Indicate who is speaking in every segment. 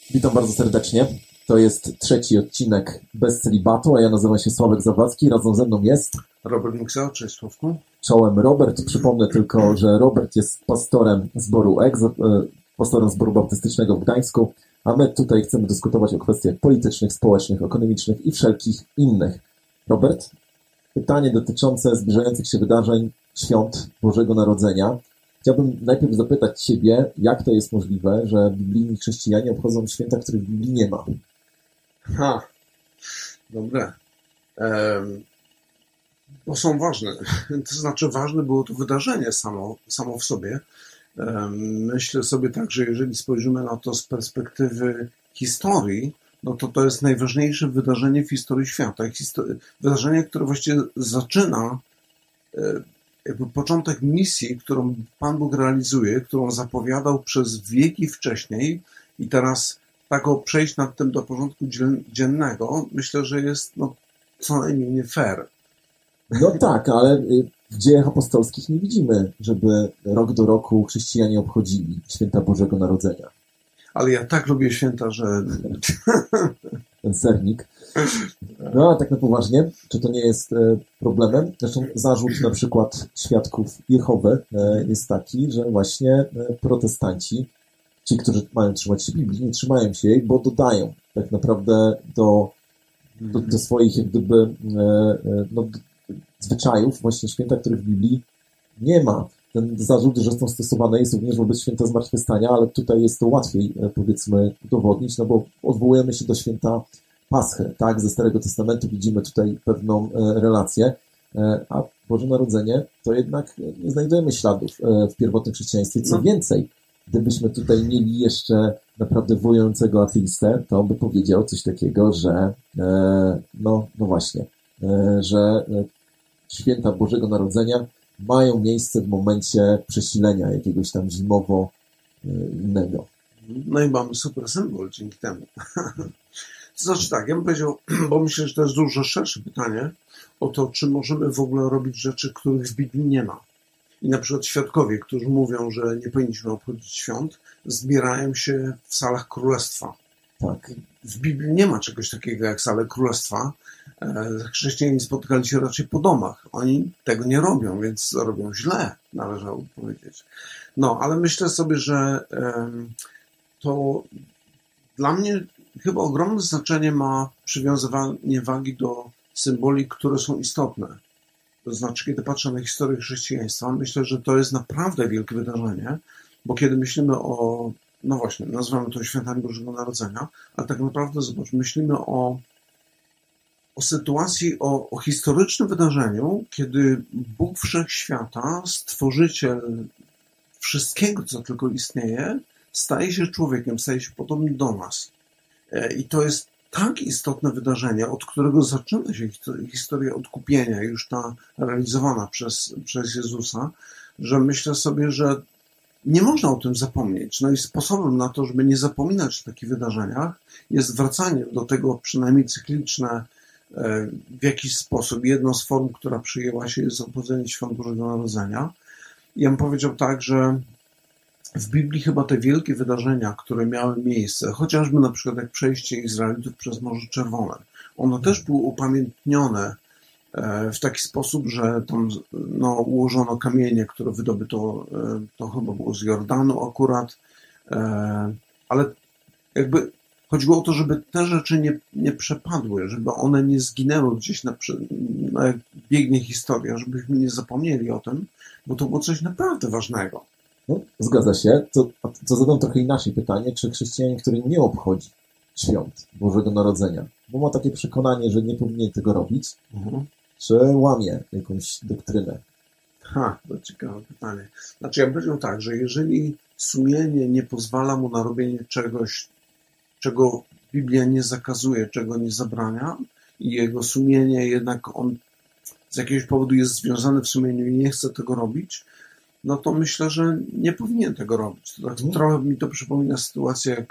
Speaker 1: Witam bardzo serdecznie. To jest trzeci odcinek Bez Celibatu, a ja nazywam się Sławek Zawadzki. Razem ze mną jest
Speaker 2: Robert Miksa, cześć Sławku.
Speaker 1: Czołem Robert. Przypomnę tylko, że Robert jest pastorem zboru pastorem zboru baptystycznego w Gdańsku, a my tutaj chcemy dyskutować o kwestiach politycznych, społecznych, ekonomicznych i wszelkich innych. Robert, pytanie dotyczące zbliżających się wydarzeń świąt Bożego Narodzenia. Chciałbym najpierw zapytać Ciebie, jak to jest możliwe, że biblijni chrześcijanie obchodzą święta, których w Biblii nie ma?
Speaker 2: Dobre. Bo są ważne. To znaczy ważne było to wydarzenie samo w sobie. Myślę sobie tak, że jeżeli spojrzymy na to z perspektywy historii, no to jest najważniejsze wydarzenie w historii świata. Wydarzenie, które właściwie zaczyna jakby początek misji, którą Pan Bóg realizuje, którą zapowiadał przez wieki wcześniej i teraz tak przejść nad tym do porządku dziennego, myślę, że jest co najmniej nie fair.
Speaker 1: No tak, ale w dziejach apostolskich nie widzimy, żeby rok do roku chrześcijanie obchodzili święta Bożego Narodzenia.
Speaker 2: Ale ja tak lubię święta, że...
Speaker 1: Ten sernik. No a tak na poważnie, czy to nie jest problemem? Zresztą zarzut na przykład świadków Jehowy jest taki, że właśnie protestanci, ci, którzy mają trzymać się Biblii, nie trzymają się jej, bo dodają tak naprawdę do swoich jak gdyby zwyczajów właśnie święta, których w Biblii nie ma. Ten zarzut, że są stosowane jest również wobec święta Zmartwychwstania, ale tutaj jest to łatwiej, powiedzmy, udowodnić, no bo odwołujemy się do święta Paschy, tak? Ze Starego Testamentu widzimy tutaj pewną relację, a Boże Narodzenie to jednak nie znajdujemy śladów w pierwotnym chrześcijaństwie. Co więcej, gdybyśmy tutaj mieli jeszcze naprawdę wojującego ateistę, to on by powiedział coś takiego, że że święta Bożego Narodzenia mają miejsce w momencie przesilenia jakiegoś tam zimowo innego.
Speaker 2: No i mamy super symbol dzięki temu. To znaczy tak, ja bym powiedział, bo myślę, że to jest dużo szersze pytanie o to, czy możemy w ogóle robić rzeczy, których w Biblii nie ma. I na przykład świadkowie, którzy mówią, że nie powinniśmy obchodzić świąt, zbierają się w salach królestwa.
Speaker 1: Tak.
Speaker 2: W Biblii nie ma czegoś takiego jak sale królestwa. Chrześcijanie spotykali się raczej po domach. Oni tego nie robią, więc robią źle, należałoby powiedzieć. No, ale myślę sobie, że to dla mnie chyba ogromne znaczenie ma przywiązywanie wagi do symboli, które są istotne. To znaczy, kiedy patrzę na historię chrześcijaństwa, myślę, że to jest naprawdę wielkie wydarzenie, bo kiedy myślimy o, no właśnie, nazywamy to świętami Bożego Narodzenia, ale tak naprawdę, zobacz, myślimy o sytuacji, o historycznym wydarzeniu, kiedy Bóg Wszechświata, Stworzyciel wszystkiego, co tylko istnieje, staje się człowiekiem, staje się podobny do nas. I to jest tak istotne wydarzenie, od którego zaczyna się historia odkupienia, już ta realizowana przez Jezusa, że myślę sobie, że nie można o tym zapomnieć. No i sposobem na to, żeby nie zapominać o takich wydarzeniach, jest wracanie do tego przynajmniej cykliczne w jakiś sposób. Jedną z form, która przyjęła się, jest obchodzenie Świąt Bożego Narodzenia. Ja bym powiedział tak, że w Biblii chyba te wielkie wydarzenia, które miały miejsce, chociażby na przykład jak przejście Izraelitów przez Morze Czerwone, one też były upamiętnione w taki sposób, że tam ułożono kamienie, które wydobyto, to chyba było z Jordanu akurat, ale jakby chodziło o to, żeby te rzeczy nie przepadły, żeby one nie zginęły gdzieś jak biegnie historia, żebyśmy nie zapomnieli o tym, bo to było coś naprawdę ważnego.
Speaker 1: No, zgadza się. To zadam trochę inaczej pytanie, czy chrześcijanin, który nie obchodzi świąt Bożego Narodzenia, bo ma takie przekonanie, że nie powinien tego robić, czy łamie jakąś doktrynę?
Speaker 2: To ciekawe pytanie. Znaczy ja bym powiedział tak, że jeżeli sumienie nie pozwala mu na robienie czegoś, czego Biblia nie zakazuje, czego nie zabrania i jego sumienie jednak on z jakiegoś powodu jest związany w sumieniu i nie chce tego robić, no to myślę, że nie powinien tego robić. To tak trochę mi to przypomina sytuację, jak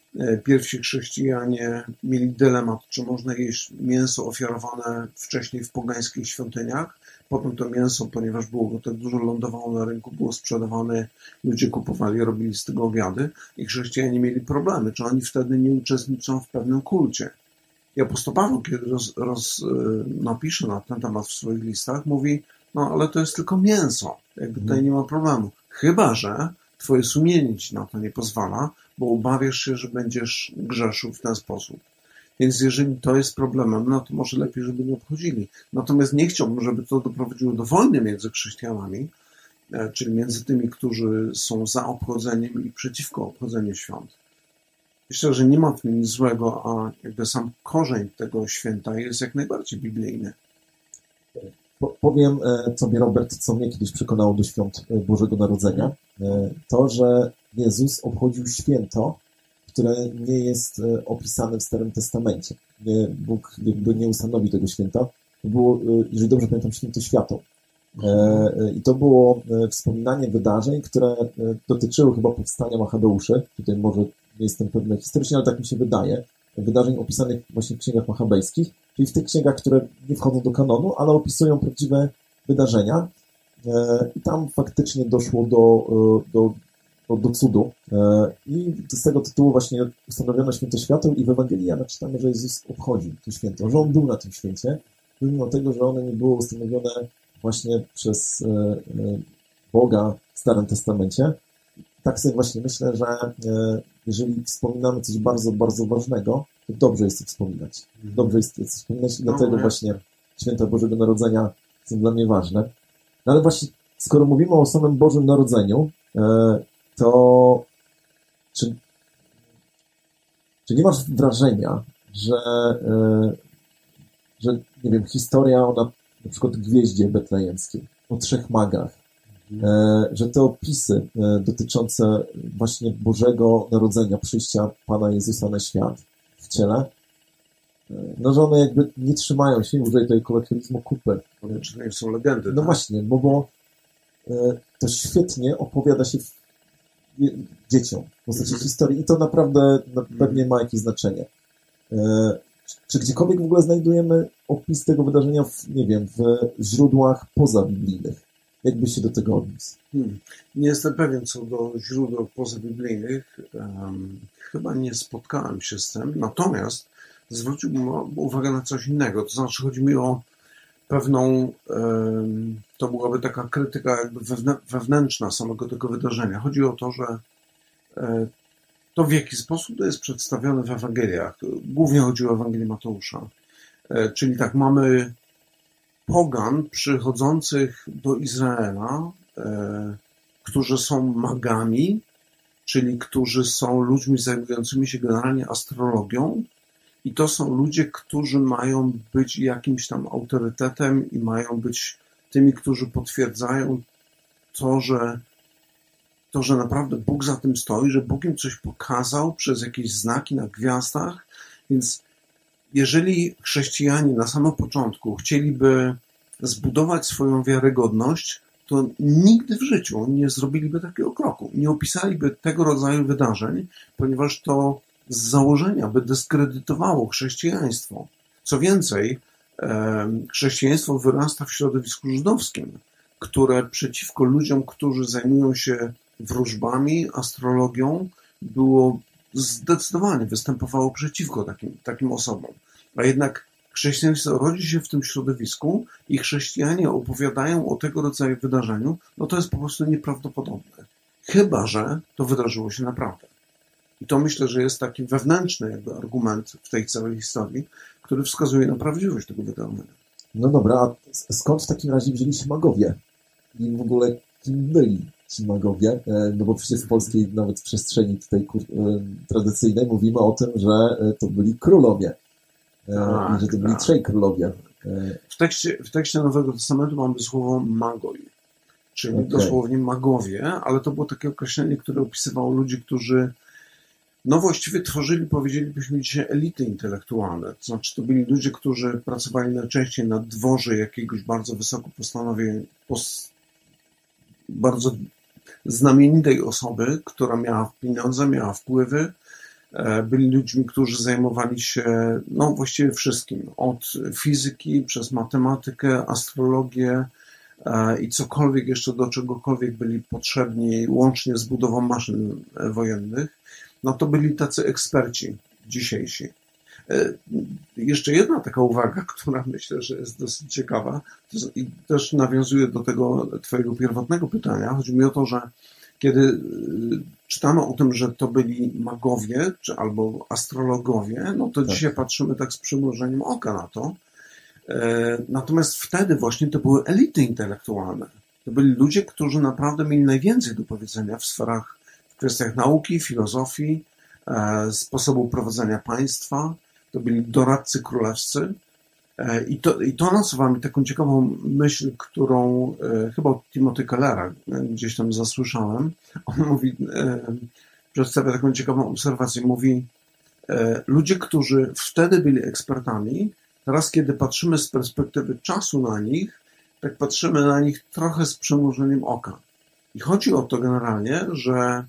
Speaker 2: Pierwsi chrześcijanie mieli dylemat, czy można jeść mięso ofiarowane wcześniej w pogańskich świątyniach. Potem to mięso, ponieważ było go tak dużo, lądowało na rynku, było sprzedawane, ludzie kupowali, robili z tego obiady i chrześcijanie mieli problemy, czy oni wtedy nie uczestniczą w pewnym kulcie. I apostoł Paweł, kiedy napisze na ten temat w swoich listach, mówi, no ale to jest tylko mięso, jakby tutaj nie ma problemu. Chyba że twoje sumienie ci na to nie pozwala, bo obawiasz się, że będziesz grzeszył w ten sposób. Więc jeżeli to jest problemem, no to może lepiej, żeby nie obchodzili. Natomiast nie chciałbym, żeby to doprowadziło do wojny między chrześcijanami, czyli między tymi, którzy są za obchodzeniem i przeciwko obchodzeniu świąt. Myślę, że nie ma w tym nic złego, a jakby sam korzeń tego święta jest jak najbardziej biblijny.
Speaker 1: Powiem Tobie, Robert, co mnie kiedyś przekonało do świąt Bożego Narodzenia. To, że Jezus obchodził święto, które nie jest opisane w Starym Testamencie. Bóg jakby nie ustanowił tego święta. To było, jeżeli dobrze pamiętam, święto światło. I to było wspominanie wydarzeń, które dotyczyły chyba powstania Machabeuszy. Tutaj może nie jestem pewny historycznie, ale tak mi się wydaje. Wydarzeń opisanych właśnie w księgach machabejskich, czyli w tych księgach, które nie wchodzą do kanonu, ale opisują prawdziwe wydarzenia. I tam faktycznie doszło do cudu. I z tego tytułu właśnie ustanowiono święto świateł i w Ewangelii Jana czytamy, że Jezus obchodził to święto, że On był na tym święcie, mimo tego, że one nie było ustanowione właśnie przez Boga w Starym Testamencie. Tak sobie właśnie myślę, że jeżeli wspominamy coś bardzo, bardzo ważnego, to dobrze jest to wspominać. Dobrze jest to wspominać i dlatego właśnie święta Bożego Narodzenia są dla mnie ważne. No ale właśnie, skoro mówimy o samym Bożym Narodzeniu, to czy nie masz wrażenia, że nie wiem, historia o na przykład gwieździe betlejemskiej, o trzech magach, że te opisy dotyczące właśnie Bożego Narodzenia, przyjścia Pana Jezusa na świat w ciele, no że one jakby nie trzymają się, użyję tutaj kolokwializmu, kupy.
Speaker 2: Czy to nie są legendy?
Speaker 1: No
Speaker 2: tak?
Speaker 1: właśnie, bo to świetnie opowiada się dzieciom w postaci historii i to naprawdę pewnie ma jakieś znaczenie. Czy gdziekolwiek w ogóle znajdujemy opis tego wydarzenia w źródłach pozabiblijnych? Jakby się do tego odniósł?
Speaker 2: Nie jestem pewien co do źródeł pozabiblijnych. Chyba nie spotkałem się z tym. Natomiast zwróciłbym uwagę na coś innego. To znaczy chodzi mi o pewną, to byłaby taka krytyka jakby wewnętrzna samego tego wydarzenia. Chodzi o to, że to w jaki sposób to jest przedstawione w Ewangeliach. Głównie chodzi o Ewangelię Mateusza. Czyli tak, mamy pogan przychodzących do Izraela, którzy są magami, czyli którzy są ludźmi zajmującymi się generalnie astrologią i to są ludzie, którzy mają być jakimś tam autorytetem i mają być tymi, którzy potwierdzają to, że naprawdę Bóg za tym stoi, że Bóg im coś pokazał przez jakieś znaki na gwiazdach, więc jeżeli chrześcijanie na samym początku chcieliby zbudować swoją wiarygodność, to nigdy w życiu nie zrobiliby takiego kroku. Nie opisaliby tego rodzaju wydarzeń, ponieważ to z założenia by dyskredytowało chrześcijaństwo. Co więcej, chrześcijaństwo wyrasta w środowisku żydowskim, które przeciwko ludziom, którzy zajmują się wróżbami, astrologią, było zdecydowanie występowało przeciwko takim osobom. A jednak chrześcijaństwo rodzi się w tym środowisku i chrześcijanie opowiadają o tego rodzaju wydarzeniu, no to jest po prostu nieprawdopodobne. Chyba że to wydarzyło się naprawdę. I to myślę, że jest taki wewnętrzny jakby argument w tej całej historii, który wskazuje na prawdziwość tego wydarzenia.
Speaker 1: No dobra, a skąd w takim razie wzięli się magowie? I w ogóle kim byli ci magowie? No bo przecież w polskiej nawet przestrzeni tutaj tradycyjnej mówimy o tym, że to byli królowie. I że to byli trzej królowie.
Speaker 2: W tekście Nowego Testamentu mamy słowo magoi, czyli dosłownie magowie, ale to było takie określenie, które opisywało ludzi, którzy no właściwie tworzyli, powiedzielibyśmy dzisiaj, elity intelektualne. To znaczy to byli ludzie, którzy pracowali najczęściej na dworze jakiegoś bardzo wysoko bardzo znamienitej osoby, która miała pieniądze, miała wpływy, byli ludźmi, którzy zajmowali się no, właściwie wszystkim, od fizyki przez matematykę, astrologię i cokolwiek jeszcze do czegokolwiek byli potrzebni, łącznie z budową maszyn wojennych, no to byli tacy eksperci dzisiejsi. Jeszcze jedna taka uwaga, która myślę, że jest dosyć ciekawa i też nawiązuje do tego twojego pierwotnego pytania. Chodzi mi o to, że kiedy czytamy o tym, że to byli magowie albo astrologowie, no to dzisiaj patrzymy tak z przymrużeniem oka na to. Natomiast wtedy właśnie to były elity intelektualne. To byli ludzie, którzy naprawdę mieli najwięcej do powiedzenia w kwestiach nauki, filozofii, sposobu prowadzenia państwa. To byli doradcy królewscy. I to nasuwa mi taką ciekawą myśl, którą chyba od Timothy Kellera gdzieś tam zasłyszałem. On mówi, przedstawia taką ciekawą obserwację. Mówi, ludzie, którzy wtedy byli ekspertami, teraz kiedy patrzymy z perspektywy czasu na nich, tak patrzymy na nich trochę z przymrużeniem oka. I chodzi o to generalnie, że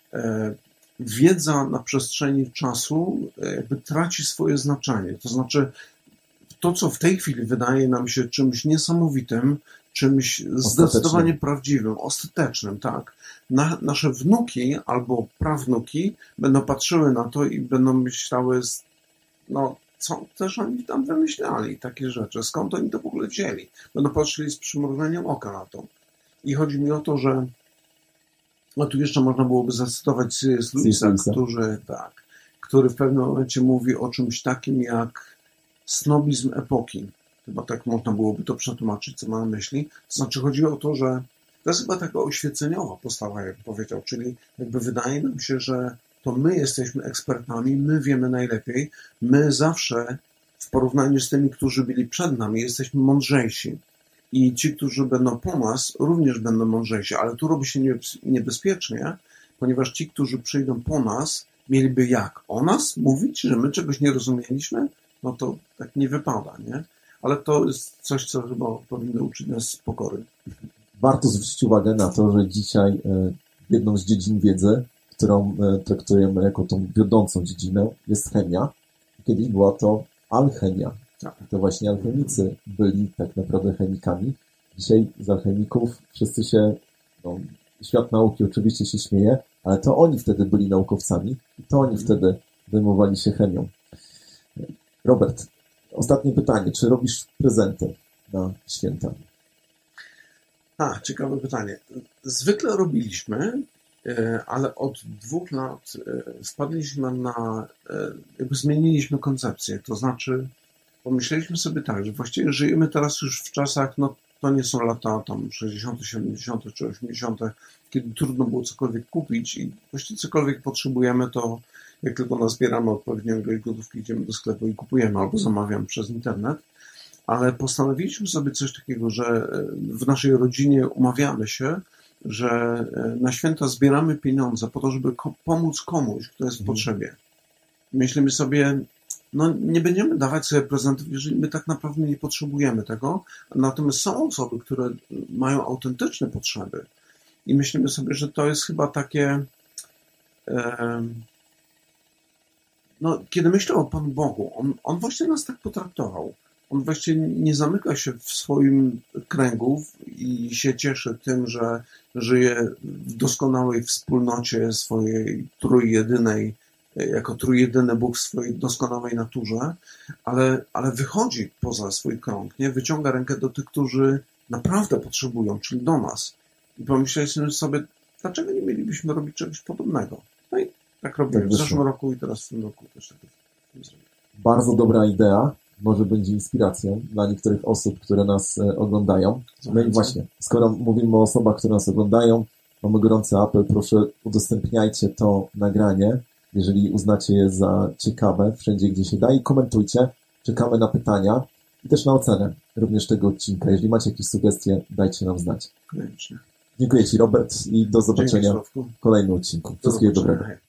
Speaker 2: wiedza na przestrzeni czasu jakby traci swoje znaczenie. To znaczy, to, co w tej chwili wydaje nam się czymś niesamowitym, czymś zdecydowanie prawdziwym, ostatecznym, tak. Nasze wnuki albo prawnuki będą patrzyły na to i będą myślały, no, co też oni tam wymyślali, takie rzeczy, skąd oni to w ogóle wzięli. Będą patrzyli z przymrużeniem oka na to. I chodzi mi o to, że no tu jeszcze można byłoby zacytować C.S. Lewisa, który w pewnym momencie mówi o czymś takim jak snobizm epoki. Chyba tak można byłoby to przetłumaczyć, co ma na myśli. To znaczy chodzi o to, że to jest chyba taka oświeceniowa postawa, jak powiedział, czyli jakby wydaje nam się, że to my jesteśmy ekspertami, my wiemy najlepiej, my zawsze w porównaniu z tymi, którzy byli przed nami, jesteśmy mądrzejsi. I ci, którzy będą po nas, również będą mądrzejsi, ale tu robi się niebezpiecznie, ponieważ ci, którzy przyjdą po nas, mieliby jak? O nas mówić, że my czegoś nie rozumieliśmy? No to tak nie wypada, nie? Ale to jest coś, co chyba powinno uczyć nas pokory.
Speaker 1: Warto zwrócić uwagę na to, że dzisiaj jedną z dziedzin wiedzy, którą traktujemy jako tą wiodącą dziedzinę, jest chemia. Kiedyś była to alchemia. To właśnie alchemicy byli tak naprawdę chemikami. Dzisiaj z alchemików wszyscy się, no, świat nauki oczywiście się śmieje, ale to oni wtedy byli naukowcami i to oni wtedy zajmowali się chemią. Robert, ostatnie pytanie. Czy robisz prezenty na święta?
Speaker 2: Ciekawe pytanie. Zwykle robiliśmy, ale od 2 lat wpadliśmy jakby zmieniliśmy koncepcję. To znaczy pomyśleliśmy sobie tak, że właściwie żyjemy teraz już w czasach, no to nie są lata tam 60., 70. czy 80., kiedy trudno było cokolwiek kupić i właściwie cokolwiek potrzebujemy, to jak tylko nazbieramy odpowiednią ilość gotówki, idziemy do sklepu i kupujemy albo zamawiamy przez internet. Ale postanowiliśmy sobie coś takiego, że w naszej rodzinie umawiamy się, że na święta zbieramy pieniądze po to, żeby pomóc komuś, kto jest w potrzebie. Myślimy sobie, no nie będziemy dawać sobie prezentów, jeżeli my tak naprawdę nie potrzebujemy tego, natomiast są osoby, które mają autentyczne potrzeby i myślimy sobie, że to jest chyba takie, no kiedy myślę o Panu Bogu, On właśnie nas tak potraktował. On właściwie nie zamyka się w swoim kręgu i się cieszy tym, że żyje w doskonałej wspólnocie swojej trójjedynej, jako trójjedyny Bóg w swojej doskonałej naturze, ale wychodzi poza swój krąg, nie? Wyciąga rękę do tych, którzy naprawdę potrzebują, czyli do nas. I pomyśleliśmy sobie, dlaczego nie mielibyśmy robić czegoś podobnego? No i tak robimy w zeszłym roku i teraz w tym roku też tak zrobimy.
Speaker 1: Bardzo dobra idea. Może będzie inspiracją dla niektórych osób, które nas oglądają. No i właśnie, skoro mówimy o osobach, które nas oglądają, mamy gorący apel, proszę udostępniajcie to nagranie, jeżeli uznacie je za ciekawe, wszędzie gdzie się da i komentujcie. Czekamy na pytania i też na ocenę również tego odcinka. Jeżeli macie jakieś sugestie, dajcie nam znać.
Speaker 2: Koniecznie.
Speaker 1: Dziękuję Ci, Robert, i do zobaczenia w kolejnym odcinku. Wszystkiego dobrego.